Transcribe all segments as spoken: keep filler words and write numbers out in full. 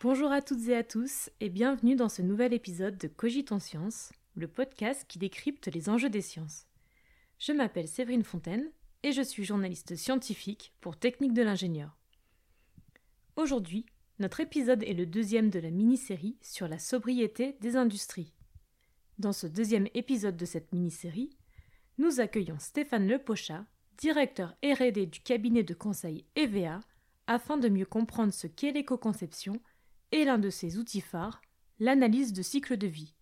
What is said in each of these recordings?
Bonjour à toutes et à tous et bienvenue dans ce nouvel épisode de Cogitons Sciences, le podcast qui décrypte les enjeux des sciences. Je m'appelle Séverine Fontaine et je suis journaliste scientifique pour Technique de l'ingénieur. Aujourd'hui, notre épisode est le deuxième de la mini-série sur la sobriété des industries. Dans ce deuxième épisode de cette mini-série, nous accueillons Stéphane Lepochat, directeur R et D du cabinet de conseil E V A, afin de mieux comprendre ce qu'est l'éco-conception et l'un de ses outils phares, l'analyse de cycle de vie.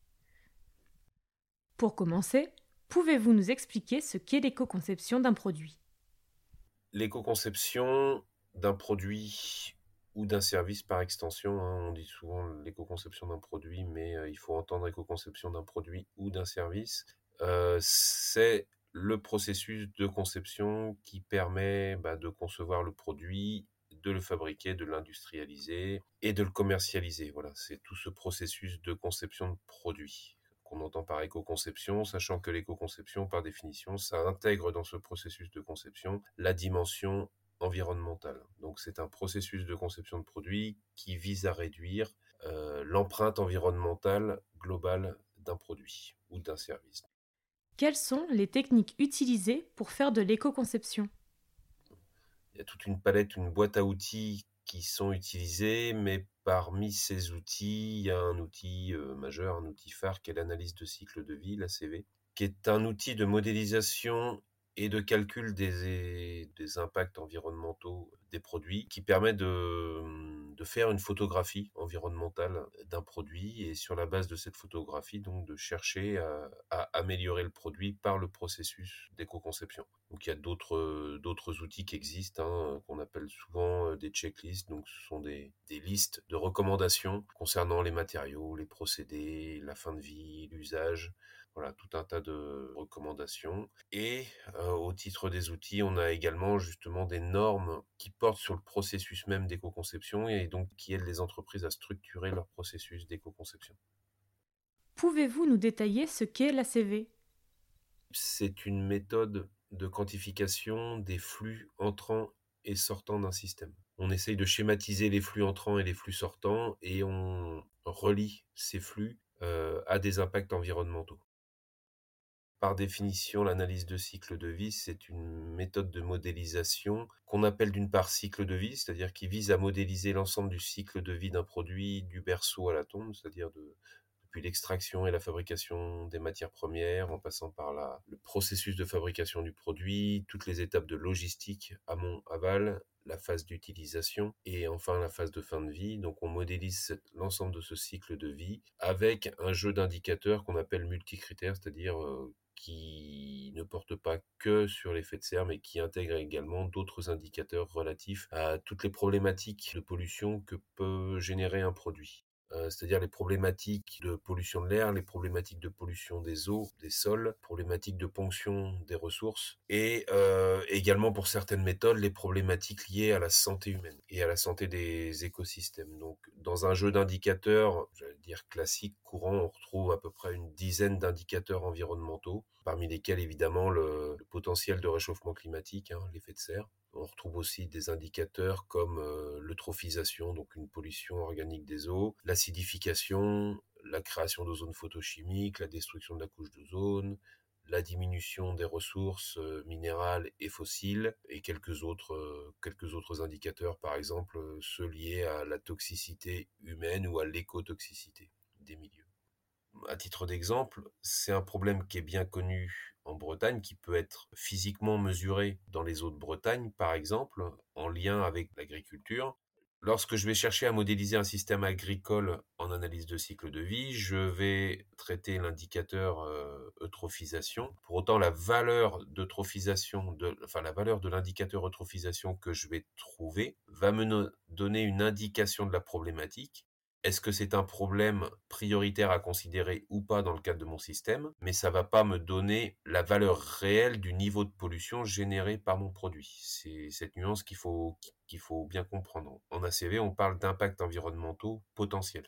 Pour commencer, pouvez-vous nous expliquer ce qu'est l'éco-conception d'un produit ? L'éco-conception d'un produit ou d'un service par extension, hein, on dit souvent l'éco-conception d'un produit, mais euh, il faut entendre éco-conception d'un produit ou d'un service, euh, c'est le processus de conception qui permet bah, de concevoir le produit, de le fabriquer, de l'industrialiser et de le commercialiser. Voilà, c'est tout ce processus de conception de produit qu'on entend par éco-conception, sachant que l'éco-conception, par définition, ça intègre dans ce processus de conception la dimension environnementale. Donc c'est un processus de conception de produit qui vise à réduire euh, l'empreinte environnementale globale d'un produit ou d'un service. Quelles sont les techniques utilisées pour faire de l'éco-conception ? Il y a toute une palette, une boîte à outils qui sont utilisés, mais parmi ces outils, il y a un outil euh, majeur, un outil phare qui est l'analyse de cycle de vie, l'A C V, qui est un outil de modélisation et de calcul des, des impacts environnementaux des produits, qui permet de, de faire une photographie environnementale d'un produit et sur la base de cette photographie, donc de chercher à, à améliorer le produit par le processus d'éco-conception. Donc il y a d'autres, d'autres outils qui existent, hein, qu'on appelle souvent des checklists. Donc ce sont des, des listes de recommandations concernant les matériaux, les procédés, la fin de vie, l'usage. Voilà, tout un tas de recommandations. Et euh, au titre des outils, on a également justement des normes qui portent sur le processus même d'éco-conception et donc qui aident les entreprises à structurer leur processus d'éco-conception. Pouvez-vous nous détailler ce qu'est l'A C V ? C'est une méthode de quantification des flux entrants et sortants d'un système. On essaye de schématiser les flux entrants et les flux sortants et on relie ces flux euh, à des impacts environnementaux. Par définition, l'analyse de cycle de vie, c'est une méthode de modélisation qu'on appelle d'une part cycle de vie, c'est-à-dire qui vise à modéliser l'ensemble du cycle de vie d'un produit du berceau à la tombe, c'est-à-dire de, depuis l'extraction et la fabrication des matières premières, en passant par la, le processus de fabrication du produit, toutes les étapes de logistique, amont, aval, la phase d'utilisation et enfin la phase de fin de vie. Donc on modélise cette, l'ensemble de ce cycle de vie avec un jeu d'indicateurs qu'on appelle multicritères, c'est-à-dire euh, qui ne porte pas que sur l'effet de serre, mais qui intègre également d'autres indicateurs relatifs à toutes les problématiques de pollution que peut générer un produit. Euh, c'est-à-dire les problématiques de pollution de l'air, les problématiques de pollution des eaux, des sols, problématiques de ponction des ressources, et euh, également pour certaines méthodes, les problématiques liées à la santé humaine et à la santé des écosystèmes. Donc, dans un jeu d'indicateurs, j'allais dire classique, courant, on retrouve à peu près une dizaine d'indicateurs environnementaux, parmi lesquels évidemment le, le potentiel de réchauffement climatique, hein, l'effet de serre. On retrouve aussi des indicateurs comme euh, l'eutrophisation, donc une pollution organique des eaux, l'acidification, la création d'ozone photochimique, la destruction de la couche d'ozone, la diminution des ressources euh, minérales et fossiles, et quelques autres, euh, quelques autres indicateurs, par exemple euh, ceux liés à la toxicité humaine ou à l'écotoxicité des milieux. À titre d'exemple, c'est un problème qui est bien connu en Bretagne, qui peut être physiquement mesuré dans les eaux de Bretagne, par exemple, en lien avec l'agriculture. Lorsque je vais chercher à modéliser un système agricole en analyse de cycle de vie, je vais traiter l'indicateur euh, eutrophisation. Pour autant, la valeur d'eutrophisation, de, enfin la valeur de l'indicateur eutrophisation que je vais trouver va me no- donner une indication de la problématique. Est-ce que c'est un problème prioritaire à considérer ou pas dans le cadre de mon système? Mais ça va pas me donner la valeur réelle du niveau de pollution généré par mon produit. C'est cette nuance qu'il faut, qu'il faut bien comprendre. En A C V, on parle d'impacts environnementaux potentiels.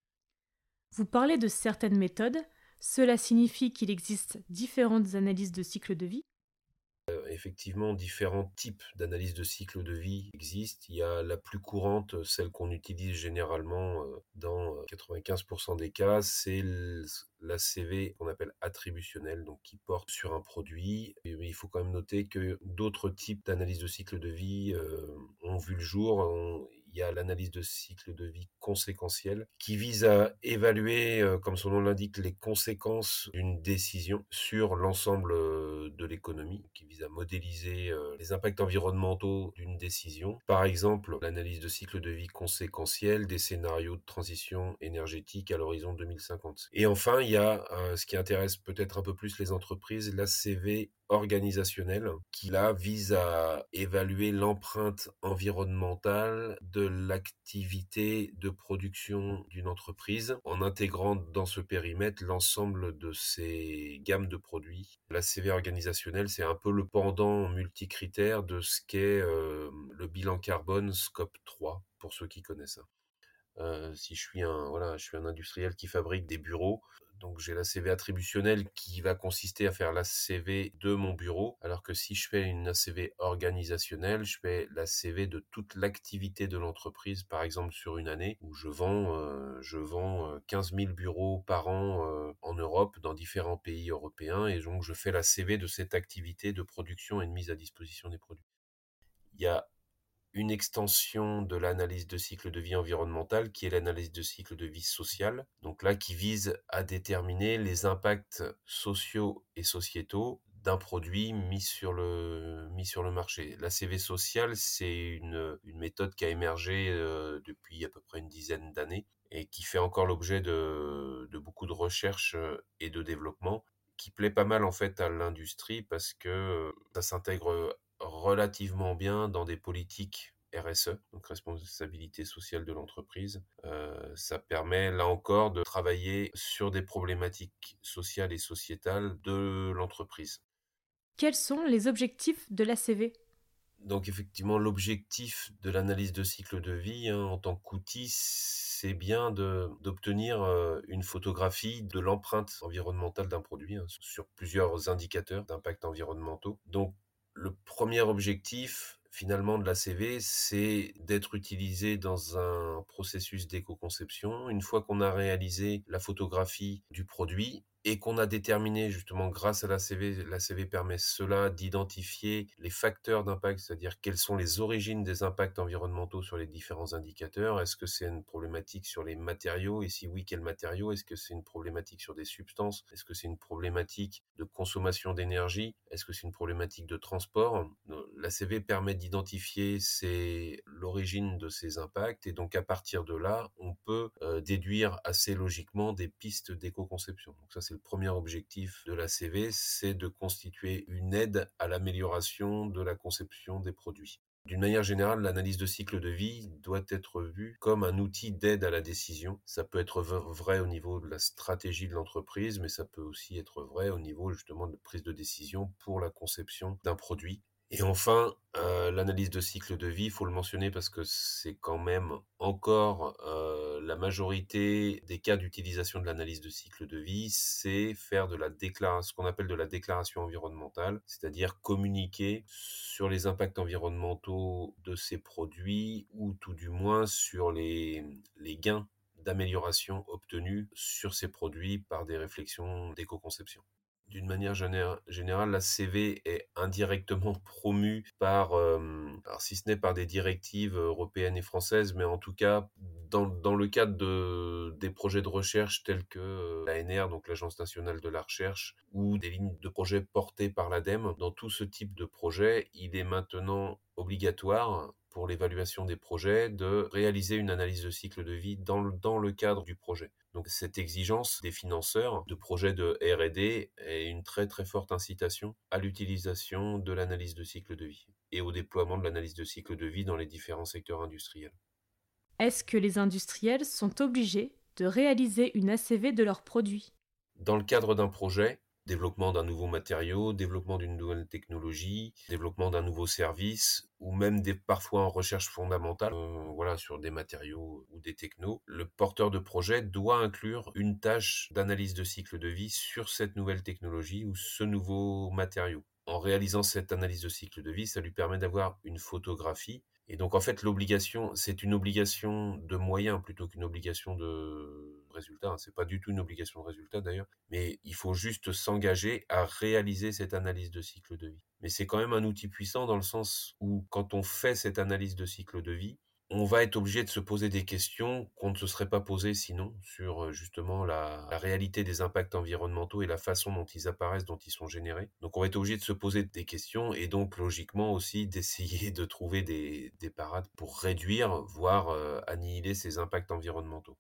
Vous parlez de certaines méthodes, cela signifie qu'il existe différentes analyses de cycle de vie ? Euh, effectivement, différents types d'analyse de cycle de vie existent. Il y a la plus courante, celle qu'on utilise généralement euh, dans euh, quatre-vingt-quinze pour cent des cas, c'est l'A C V qu'on appelle attributionnelle, donc qui porte sur un produit. Et il faut quand même noter que d'autres types d'analyse de cycle de vie euh, ont vu le jour. On- il y a l'analyse de cycle de vie conséquentielle qui vise à évaluer, euh, comme son nom l'indique, les conséquences d'une décision sur l'ensemble euh, de l'économie, qui vise à modéliser euh, les impacts environnementaux d'une décision. Par exemple, l'analyse de cycle de vie conséquentielle des scénarios de transition énergétique à l'horizon deux mille cinquante. Et enfin, il y a euh, ce qui intéresse peut-être un peu plus les entreprises, l'A C V organisationnelle, qui là vise à évaluer l'empreinte environnementale de l'activité de production d'une entreprise en intégrant dans ce périmètre l'ensemble de ces gammes de produits. L'A C V organisationnel, c'est un peu le pendant multicritère de ce qu'est euh, le bilan carbone scope trois, pour ceux qui connaissent. Euh, si je suis un voilà, je suis un industriel qui fabrique des bureaux, donc j'ai l'A C V attributionnel qui va consister à faire l'A C V de mon bureau, alors que si je fais une A C V organisationnelle, je fais l'A C V de toute l'activité de l'entreprise, par exemple sur une année où je vends euh, je vends euh, quinze mille bureaux par an euh, en Europe, dans différents pays européens, et donc je fais l'A C V de cette activité de production et de mise à disposition des produits. Il y a une extension de l'analyse de cycle de vie environnementale qui est l'analyse de cycle de vie sociale. Donc là, qui vise à déterminer les impacts sociaux et sociétaux d'un produit mis sur le, mis sur le marché. L'A C V social, c'est une, une méthode qui a émergé euh, depuis à peu près une dizaine d'années et qui fait encore l'objet de, de beaucoup de recherches et de développement, qui plaît pas mal en fait à l'industrie parce que ça s'intègre relativement bien dans des politiques R S E, donc responsabilité sociale de l'entreprise. Euh, ça permet là encore de travailler sur des problématiques sociales et sociétales de l'entreprise. Quels sont les objectifs de l'A C V? Donc effectivement, l'objectif de l'analyse de cycle de vie hein, en tant qu'outil, c'est bien de, d'obtenir euh, une photographie de l'empreinte environnementale d'un produit hein, sur plusieurs indicateurs d'impact environnementaux. Donc le premier objectif finalement de l'A C V, c'est d'être utilisé dans un processus d'éco-conception. Une fois qu'on a réalisé la photographie du produit, et qu'on a déterminé justement grâce à l'A C V, l'A C V permet cela d'identifier les facteurs d'impact, c'est-à-dire quelles sont les origines des impacts environnementaux sur les différents indicateurs. Est-ce que c'est une problématique sur les matériaux? Et si oui, quels matériaux? Est-ce que c'est une problématique sur des substances? Est-ce que c'est une problématique de consommation d'énergie? Est-ce que c'est une problématique de transport? L'A C V permet d'identifier c'est l'origine de ces impacts et donc à partir de là, on peut euh, déduire assez logiquement des pistes d'éco-conception. Donc ça, c'est le premier objectif de l'A C V, c'est de constituer une aide à l'amélioration de la conception des produits. D'une manière générale, l'analyse de cycle de vie doit être vue comme un outil d'aide à la décision. Ça peut être vrai au niveau de la stratégie de l'entreprise, mais ça peut aussi être vrai au niveau justement de prise de décision pour la conception d'un produit. Et enfin, euh, l'analyse de cycle de vie, il faut le mentionner parce que c'est quand même encore euh, la majorité des cas d'utilisation de l'analyse de cycle de vie, c'est faire de la déclaration, ce qu'on appelle de la déclaration environnementale, c'est-à-dire communiquer sur les impacts environnementaux de ces produits ou tout du moins sur les, les gains d'amélioration obtenus sur ces produits par des réflexions d'éco-conception. D'une manière générale, la C V est indirectement promue par, euh, alors si ce n'est par des directives européennes et françaises, mais en tout cas dans, dans le cadre de, des projets de recherche tels que l'A N R, donc l'Agence nationale de la recherche, ou des lignes de projets portées par l'ADEME. Dans tout ce type de projet, il est maintenant obligatoire pour l'évaluation des projets de réaliser une analyse de cycle de vie dans le, dans le cadre du projet. Donc cette exigence des financeurs de projets de R et D est une très très forte incitation à l'utilisation de l'analyse de cycle de vie et au déploiement de l'analyse de cycle de vie dans les différents secteurs industriels. Est-ce que les industriels sont obligés de réaliser une A C V de leurs produits? Dans le cadre d'un projet, développement d'un nouveau matériau, développement d'une nouvelle technologie, développement d'un nouveau service, ou même des, parfois en recherche fondamentale, euh, voilà, sur des matériaux ou des technos, le porteur de projet doit inclure une tâche d'analyse de cycle de vie sur cette nouvelle technologie ou ce nouveau matériau. en réalisant cette analyse de cycle de vie, ça lui permet d'avoir une photographie. Et donc, en fait, l'obligation, c'est une obligation de moyens plutôt qu'une obligation de résultat. Hein. C'est pas du tout une obligation de résultat d'ailleurs, mais il faut juste s'engager à réaliser cette analyse de cycle de vie. Mais c'est quand même un outil puissant dans le sens où, quand on fait cette analyse de cycle de vie, on va être obligé de se poser des questions qu'on ne se serait pas posées sinon sur justement la, la réalité des impacts environnementaux et la façon dont ils apparaissent, dont ils sont générés. Donc on va être obligé de se poser des questions et donc logiquement aussi d'essayer de trouver des, des parades pour réduire, voire euh, annihiler ces impacts environnementaux.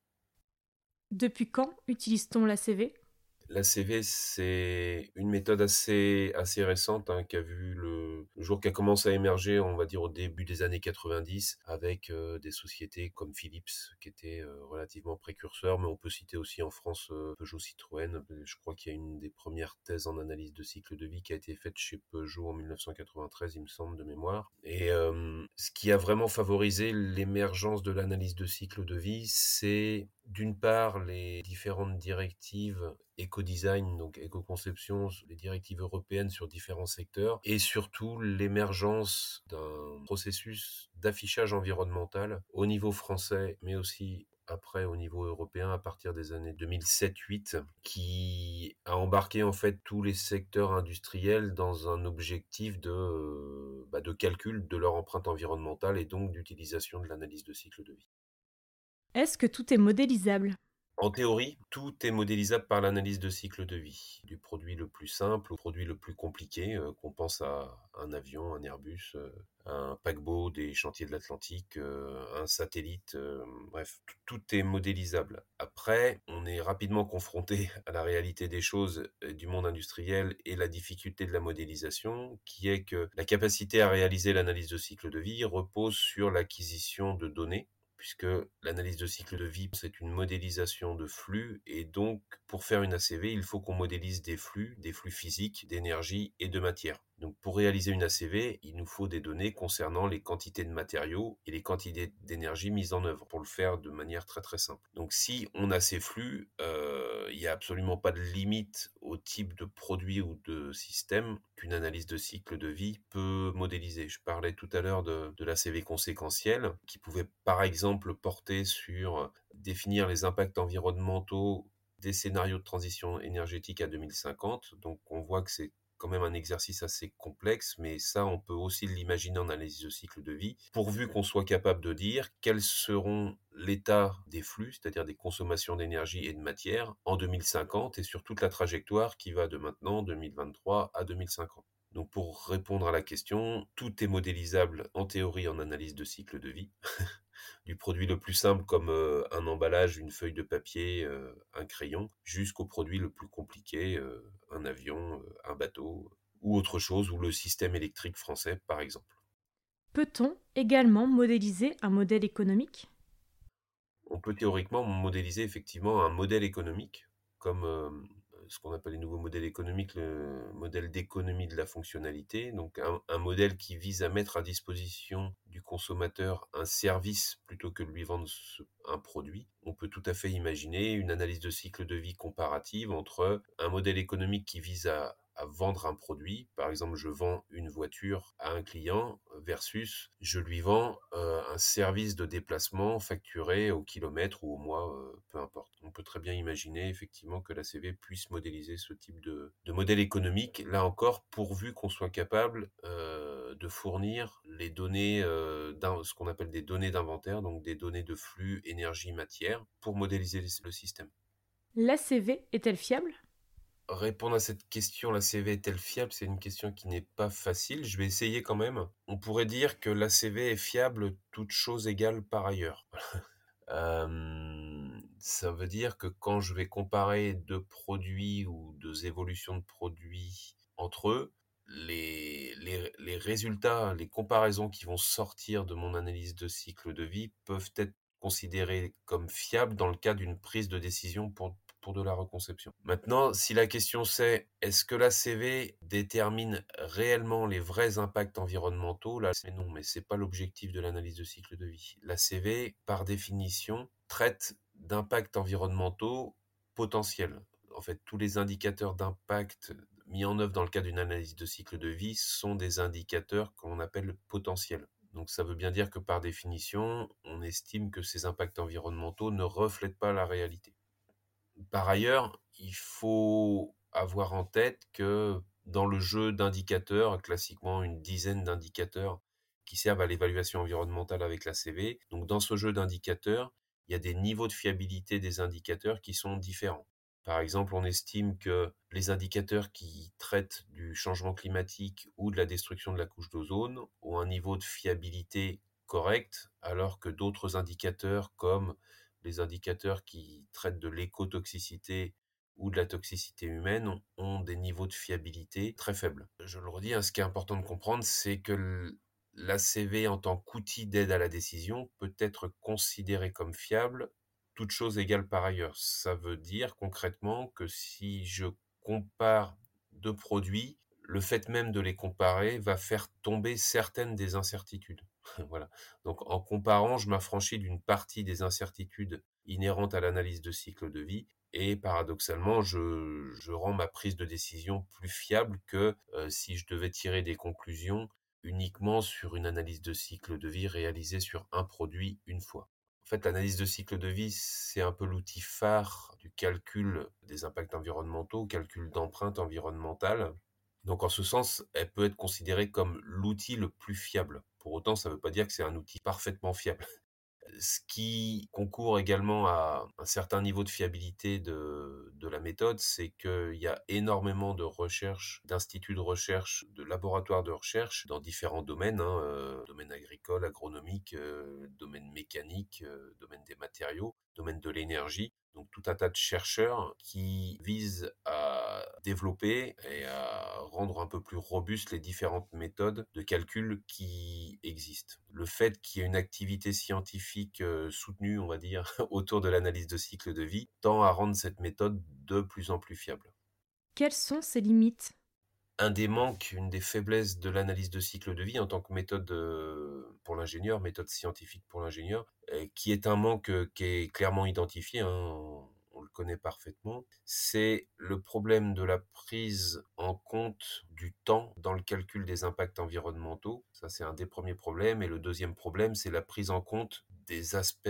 Depuis quand utilise-t-on l'A C V ? L'A C V, c'est une méthode assez, assez récente hein, qui a vu le, le jour qui a commencé à émerger, on va dire au début des années quatre-vingt-dix, avec euh, des sociétés comme Philips qui étaient euh, relativement précurseurs, mais on peut citer aussi en France euh, Peugeot Citroën. Je crois qu'il y a une des premières thèses en analyse de cycle de vie qui a été faite chez Peugeot en dix-neuf cent quatre-vingt-treize, il me semble, de mémoire. Et euh, ce qui a vraiment favorisé l'émergence de l'analyse de cycle de vie, c'est d'une part les différentes directives éco-design, donc éco-conception, les directives européennes sur différents secteurs, et surtout l'émergence d'un processus d'affichage environnemental au niveau français, mais aussi après au niveau européen à partir des années deux mille sept huit, qui a embarqué en fait tous les secteurs industriels dans un objectif de, euh, bah, de calcul de leur empreinte environnementale et donc d'utilisation de l'analyse de cycle de vie. Est-ce que tout est modélisable ? En théorie, tout est modélisable par l'analyse de cycle de vie, du produit le plus simple au produit le plus compliqué, euh, qu'on pense à un avion, un Airbus, euh, un paquebot des chantiers de l'Atlantique, euh, un satellite, euh, bref, tout, tout est modélisable. Après, on est rapidement confronté à la réalité des choses euh, du monde industriel et la difficulté de la modélisation, qui est que la capacité à réaliser l'analyse de cycle de vie repose sur l'acquisition de données, puisque l'analyse de cycle de vie, c'est une modélisation de flux, et donc pour faire une A C V, il faut qu'on modélise des flux, des flux physiques, d'énergie et de matière. Donc pour réaliser une A C V, il nous faut des données concernant les quantités de matériaux et les quantités d'énergie mises en œuvre, pour le faire de manière très très simple. Donc si on a ces flux, euh, il n'y a absolument pas de limite au type de produit ou de système qu'une analyse de cycle de vie peut modéliser. Je parlais tout à l'heure de, de l'A C V conséquentielle, qui pouvait par exemple porter sur définir les impacts environnementaux des scénarios de transition énergétique à deux mille cinquante. Donc on voit que c'est quand même un exercice assez complexe, mais ça, on peut aussi l'imaginer en analyse de cycle de vie, pourvu qu'on soit capable de dire quels seront l'état des flux, c'est-à-dire des consommations d'énergie et de matière, en deux mille cinquante, et sur toute la trajectoire qui va de maintenant, deux mille vingt-trois, à deux mille cinquante. Donc pour répondre à la question, tout est modélisable en théorie en analyse de cycle de vie, du produit le plus simple comme euh, un emballage, une feuille de papier, euh, un crayon, jusqu'au produit le plus compliqué, euh, un avion, euh, un bateau, ou autre chose, ou le système électrique français par exemple. Peut-on également modéliser un modèle économique ? On peut théoriquement modéliser effectivement un modèle économique, comme euh, ce qu'on appelle les nouveaux modèles économiques, le modèle d'économie de la fonctionnalité, donc un, un modèle qui vise à mettre à disposition du consommateur un service plutôt que de lui vendre ce, un produit. On peut tout à fait imaginer une analyse de cycle de vie comparative entre un modèle économique qui vise à à vendre un produit, par exemple je vends une voiture à un client versus je lui vends euh, un service de déplacement facturé au kilomètre ou au mois, euh, peu importe. On peut très bien imaginer effectivement que l'A C V puisse modéliser ce type de, de modèle économique, là encore pourvu qu'on soit capable euh, de fournir les données, euh, ce qu'on appelle des données d'inventaire, donc des données de flux, énergie, matière, pour modéliser le système. L'A C V est-elle fiable ? Répondre à cette question, l'A C V est-elle fiable? C'est une question qui n'est pas facile. Je vais essayer quand même. On pourrait dire que l'A C V est fiable, toute chose égale par ailleurs. euh, ça veut dire que quand je vais comparer deux produits ou deux évolutions de produits entre eux, les, les, les résultats, les comparaisons qui vont sortir de mon analyse de cycle de vie peuvent être considérés comme fiables dans le cas d'une prise de décision pour, pour de la reconception. Maintenant, si la question c'est est-ce que l'A C V détermine réellement les vrais impacts environnementaux, là, c'est non, mais c'est pas l'objectif de l'analyse de cycle de vie. L'A C V, par définition, traite d'impacts environnementaux potentiels. En fait, tous les indicateurs d'impact mis en œuvre dans le cadre d'une analyse de cycle de vie sont des indicateurs qu'on appelle potentiels. Donc ça veut bien dire que par définition, on estime que ces impacts environnementaux ne reflètent pas la réalité. Par ailleurs, il faut avoir en tête que dans le jeu d'indicateurs, classiquement une dizaine d'indicateurs qui servent à l'évaluation environnementale avec la C V, donc dans ce jeu d'indicateurs, il y a des niveaux de fiabilité des indicateurs qui sont différents. Par exemple, on estime que les indicateurs qui traitent du changement climatique ou de la destruction de la couche d'ozone ont un niveau de fiabilité correct, alors que d'autres indicateurs comme les indicateurs qui traitent de l'écotoxicité ou de la toxicité humaine ont des niveaux de fiabilité très faibles. Je le redis, hein, ce qui est important de comprendre, c'est que l'A C V en tant qu'outil d'aide à la décision peut être considéré comme fiable, toute chose égale par ailleurs. Ça veut dire concrètement que si je compare deux produits, le fait même de les comparer va faire tomber certaines des incertitudes. Voilà. Donc en comparant, je m'affranchis d'une partie des incertitudes inhérentes à l'analyse de cycle de vie et paradoxalement, je, je rends ma prise de décision plus fiable que euh, si je devais tirer des conclusions uniquement sur une analyse de cycle de vie réalisée sur un produit une fois. En fait, l'analyse de cycle de vie, c'est un peu l'outil phare du calcul des impacts environnementaux, calcul d'empreinte environnementale. Donc en ce sens, elle peut être considérée comme l'outil le plus fiable. Pour autant, ça ne veut pas dire que c'est un outil parfaitement fiable. Ce qui concourt également à un certain niveau de fiabilité de, de la méthode, c'est qu'il y a énormément de recherches, d'instituts de recherche, de laboratoires de recherche dans différents domaines, hein, euh, domaine agricole, agronomique, euh, domaine mécanique, euh, domaine des matériaux, domaine de l'énergie. Donc tout un tas de chercheurs qui visent à développer et à rendre un peu plus robustes les différentes méthodes de calcul qui existent. Le fait qu'il y ait une activité scientifique euh, soutenue, on va dire, autour de l'analyse de cycle de vie, tend à rendre cette méthode de plus en plus fiable. Quelles sont ses limites ? Un des manques, une des faiblesses de l'analyse de cycle de vie en tant que méthode euh, pour l'ingénieur, méthode scientifique pour l'ingénieur, euh, qui est un manque euh, qui est clairement identifié, hein, on, on le connaît parfaitement, c'est le problème de la prise en compte du temps dans le calcul des impacts environnementaux. Ça, c'est un des premiers problèmes. Et le deuxième problème, c'est la prise en compte des aspects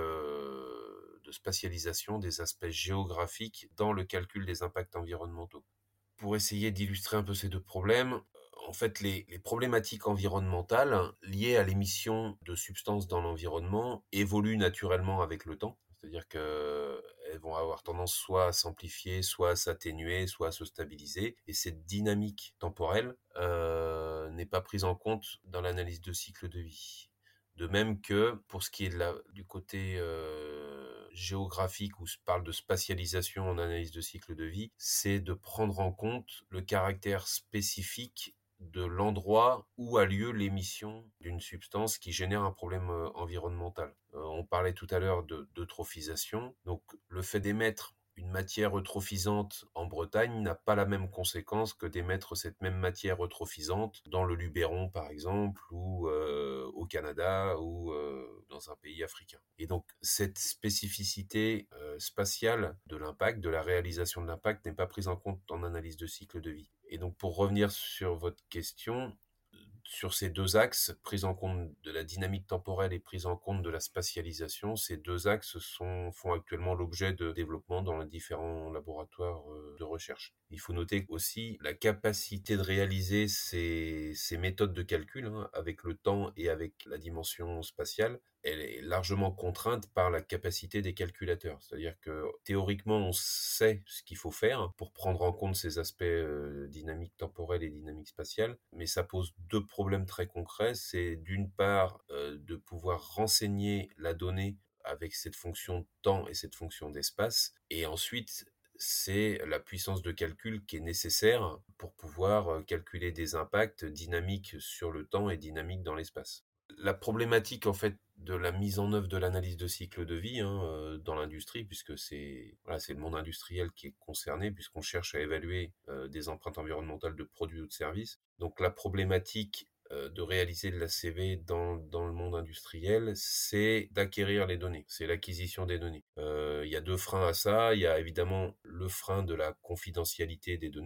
euh, de spatialisation, des aspects géographiques dans le calcul des impacts environnementaux. Pour essayer d'illustrer un peu ces deux problèmes, en fait, les, les problématiques environnementales liées à l'émission de substances dans l'environnement évoluent naturellement avec le temps. C'est-à-dire qu'elles vont avoir tendance soit à s'amplifier, soit à s'atténuer, soit à se stabiliser. Et cette dynamique temporelle euh, n'est pas prise en compte dans l'analyse de cycle de vie. De même que pour ce qui est de la, du côté euh, géographique où se parle de spatialisation en analyse de cycle de vie, c'est de prendre en compte le caractère spécifique de l'endroit où a lieu l'émission d'une substance qui génère un problème euh, environnemental. Euh, on parlait tout à l'heure de d'eutrophisation, donc le fait d'émettre une matière eutrophisante en Bretagne n'a pas la même conséquence que d'émettre cette même matière eutrophisante dans le Luberon, par exemple, ou euh, au Canada, ou euh, dans un pays africain. Et donc, cette spécificité euh, spatiale de l'impact, de la réalisation de l'impact, n'est pas prise en compte en analyse de cycle de vie. Et donc, pour revenir sur votre question, sur ces deux axes, prise en compte de la dynamique temporelle et prise en compte de la spatialisation, ces deux axes sont, font actuellement l'objet de développement dans les différents laboratoires de recherche. Il faut noter aussi la capacité de réaliser ces, ces méthodes de calcul hein, avec le temps et avec la dimension spatiale. Elle est largement contrainte par la capacité des calculateurs. C'est-à-dire que théoriquement, on sait ce qu'il faut faire pour prendre en compte ces aspects euh, dynamiques temporelles et dynamiques spatiales, mais ça pose deux problèmes très concrets. C'est d'une part euh, de pouvoir renseigner la donnée avec cette fonction temps et cette fonction d'espace, et ensuite c'est la puissance de calcul qui est nécessaire pour pouvoir calculer des impacts dynamiques sur le temps et dynamiques dans l'espace. La problématique en fait de la mise en œuvre de l'analyse de cycle de vie hein, euh, dans l'industrie, puisque c'est voilà, c'est le monde industriel qui est concerné, puisqu'on cherche à évaluer euh, des empreintes environnementales de produits ou de services. Donc la problématique euh, de réaliser de la C V dans, dans le monde industriel, c'est d'acquérir les données, c'est l'acquisition des données. Euh, il y a deux freins à ça, il y a évidemment le frein de la confidentialité des données.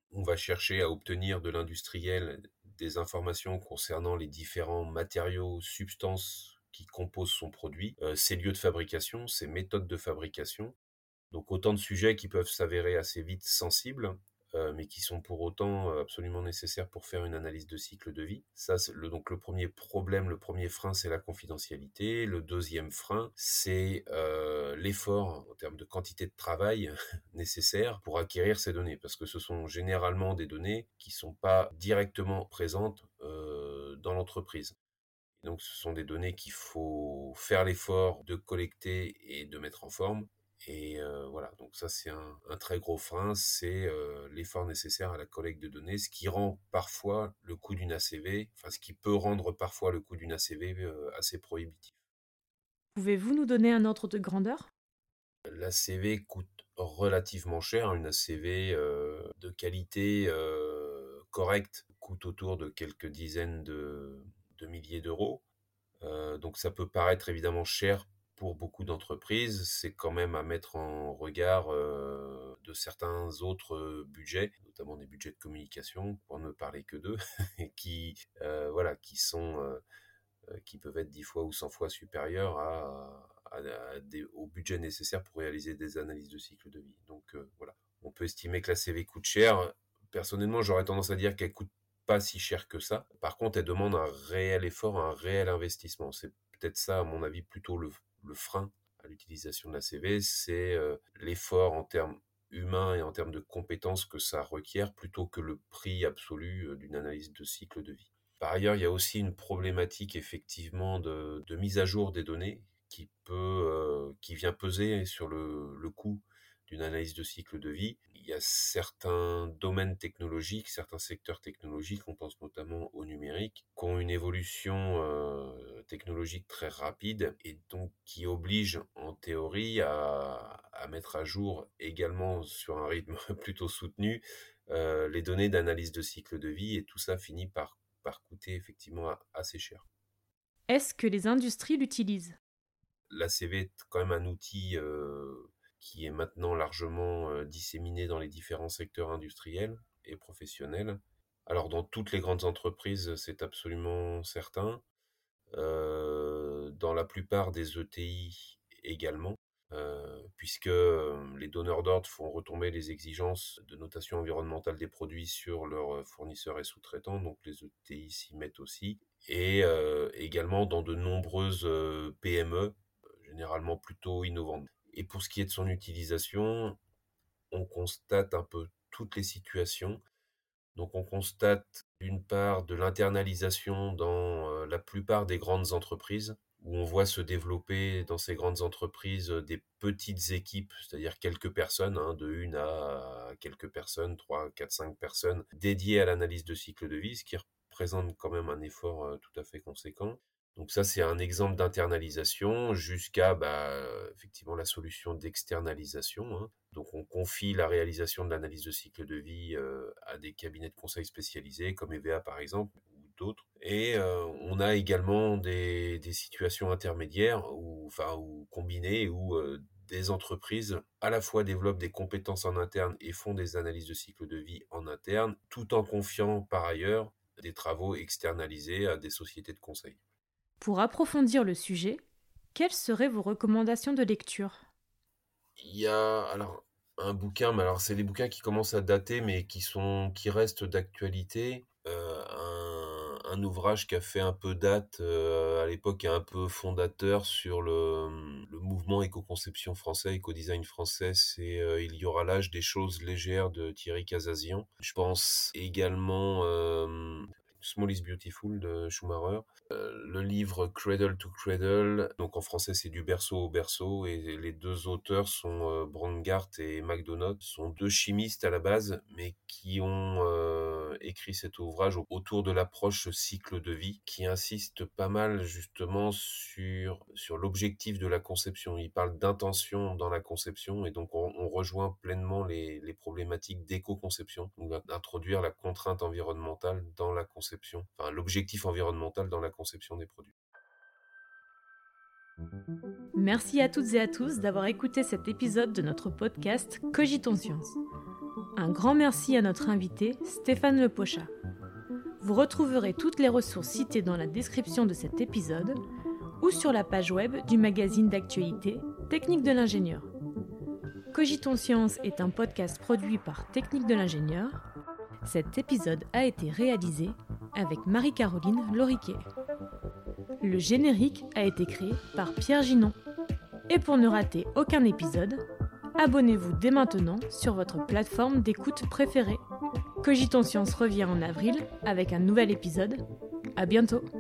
On va chercher à obtenir de l'industriel des informations concernant les différents matériaux, substances qui composent son produit, euh, ses lieux de fabrication, ses méthodes de fabrication. Donc autant de sujets qui peuvent s'avérer assez vite sensibles, euh, mais qui sont pour autant absolument nécessaires pour faire une analyse de cycle de vie. Ça, c'est le, donc le premier problème, le premier frein, c'est la confidentialité. Le deuxième frein, c'est euh, l'effort en termes de quantité de travail nécessaire pour acquérir ces données, parce que ce sont généralement des données qui sont pas directement présentes euh, dans l'entreprise. Donc ce sont des données qu'il faut faire l'effort de collecter et de mettre en forme. Et euh, voilà, donc ça c'est un, un très gros frein, c'est euh, l'effort nécessaire à la collecte de données, ce qui rend parfois le coût d'une A C V, enfin ce qui peut rendre parfois le coût d'une A C V euh, assez prohibitif. Pouvez-vous nous donner un ordre de grandeur ? L'A C V coûte relativement cher, une A C V euh, de qualité euh, correcte coûte autour de quelques dizaines de, de milliers d'euros. Euh, donc ça peut paraître évidemment cher pour beaucoup d'entreprises, c'est quand même à mettre en regard euh, de certains autres budgets, notamment des budgets de communication, pour ne parler que d'eux, qui euh, voilà, qui sont euh, qui peuvent être dix fois ou cent fois supérieurs à, à, à des, au budget nécessaire pour réaliser des analyses de cycle de vie. Donc euh, voilà, on peut estimer que la C V coûte cher. Personnellement, j'aurais tendance à dire qu'elle coûte pas si cher que ça. Par contre, elle demande un réel effort, un réel investissement. C'est peut-être ça, à mon avis, plutôt le, le frein à l'utilisation de la C V, c'est euh, l'effort en termes humains et en termes de compétences que ça requiert, plutôt que le prix absolu d'une analyse de cycle de vie. Par ailleurs, il y a aussi une problématique effectivement de, de mise à jour des données qui peut, euh, qui vient peser sur le, le coût d'une analyse de cycle de vie. Il y a certains domaines technologiques, certains secteurs technologiques, on pense notamment au numérique, qui ont une évolution euh, technologique très rapide et donc qui oblige en théorie à, à mettre à jour également sur un rythme plutôt soutenu euh, les données d'analyse de cycle de vie, et tout ça finit par par coûter effectivement assez cher. Est-ce que les industries l'utilisent ? L'A C V est quand même un outil euh, qui est maintenant largement euh, disséminé dans les différents secteurs industriels et professionnels. Alors dans toutes les grandes entreprises, c'est absolument certain. Euh, dans la plupart des E T I également. Euh, puisque euh, les donneurs d'ordre font retomber les exigences de notation environnementale des produits sur leurs fournisseurs et sous-traitants, donc les E T I s'y mettent aussi, et euh, également dans de nombreuses euh, P M E, généralement plutôt innovantes. Et pour ce qui est de son utilisation, on constate un peu toutes les situations. Donc on constate d'une part de l'internalisation dans euh, la plupart des grandes entreprises, où on voit se développer dans ces grandes entreprises des petites équipes, c'est-à-dire quelques personnes, hein, de une à quelques personnes, trois, quatre, cinq personnes, dédiées à l'analyse de cycle de vie, ce qui représente quand même un effort euh, tout à fait conséquent. Donc ça, c'est un exemple d'internalisation jusqu'à bah, effectivement la solution d'externalisation. Hein. Donc on confie la réalisation de l'analyse de cycle de vie euh, à des cabinets de conseil spécialisés comme E V A par exemple ou d'autres. Et euh, on a également des, des situations intermédiaires ou enfin ou combinées où euh, des entreprises à la fois développent des compétences en interne et font des analyses de cycle de vie en interne, tout en confiant par ailleurs des travaux externalisés à des sociétés de conseil. Pour approfondir le sujet, quelles seraient vos recommandations de lecture ? Il y a alors un bouquin, mais alors c'est des bouquins qui commencent à dater, mais qui sont qui restent d'actualité. Euh, un, un ouvrage qui a fait un peu date euh, à l'époque, et un peu fondateur sur le, le mouvement éco-conception français, éco-design français, c'est euh, Il y aura l'âge des choses légères de Thierry Casazian. Je pense également euh, Small is Beautiful de Schumacher. Euh, le livre Cradle to Cradle, donc en français c'est Du berceau au berceau, et les deux auteurs sont euh, Brongart et McDonough, sont deux chimistes à la base, mais qui ont euh, écrit cet ouvrage autour de l'approche cycle de vie, qui insiste pas mal justement sur, sur l'objectif de la conception. Ils parlent d'intention dans la conception, et donc on, on rejoint pleinement les, les problématiques d'éco-conception, donc d'introduire la contrainte environnementale dans la conception, enfin l'objectif environnemental dans la conception des produits. Merci à toutes et à tous d'avoir écouté cet épisode de notre podcast Cogitons Science. Un grand merci à notre invité Stéphane Le Pochat. Vous retrouverez toutes les ressources citées dans la description de cet épisode ou sur la page web du magazine d'actualité Technique de l'ingénieur. Cogitons Science est un podcast produit par Technique de l'ingénieur. Cet épisode a été réalisé avec Marie-Caroline Loriquet. Le générique a été créé par Pierre Ginon. Et pour ne rater aucun épisode, abonnez-vous dès maintenant sur votre plateforme d'écoute préférée. Cogitons Science revient en avril avec un nouvel épisode. À bientôt!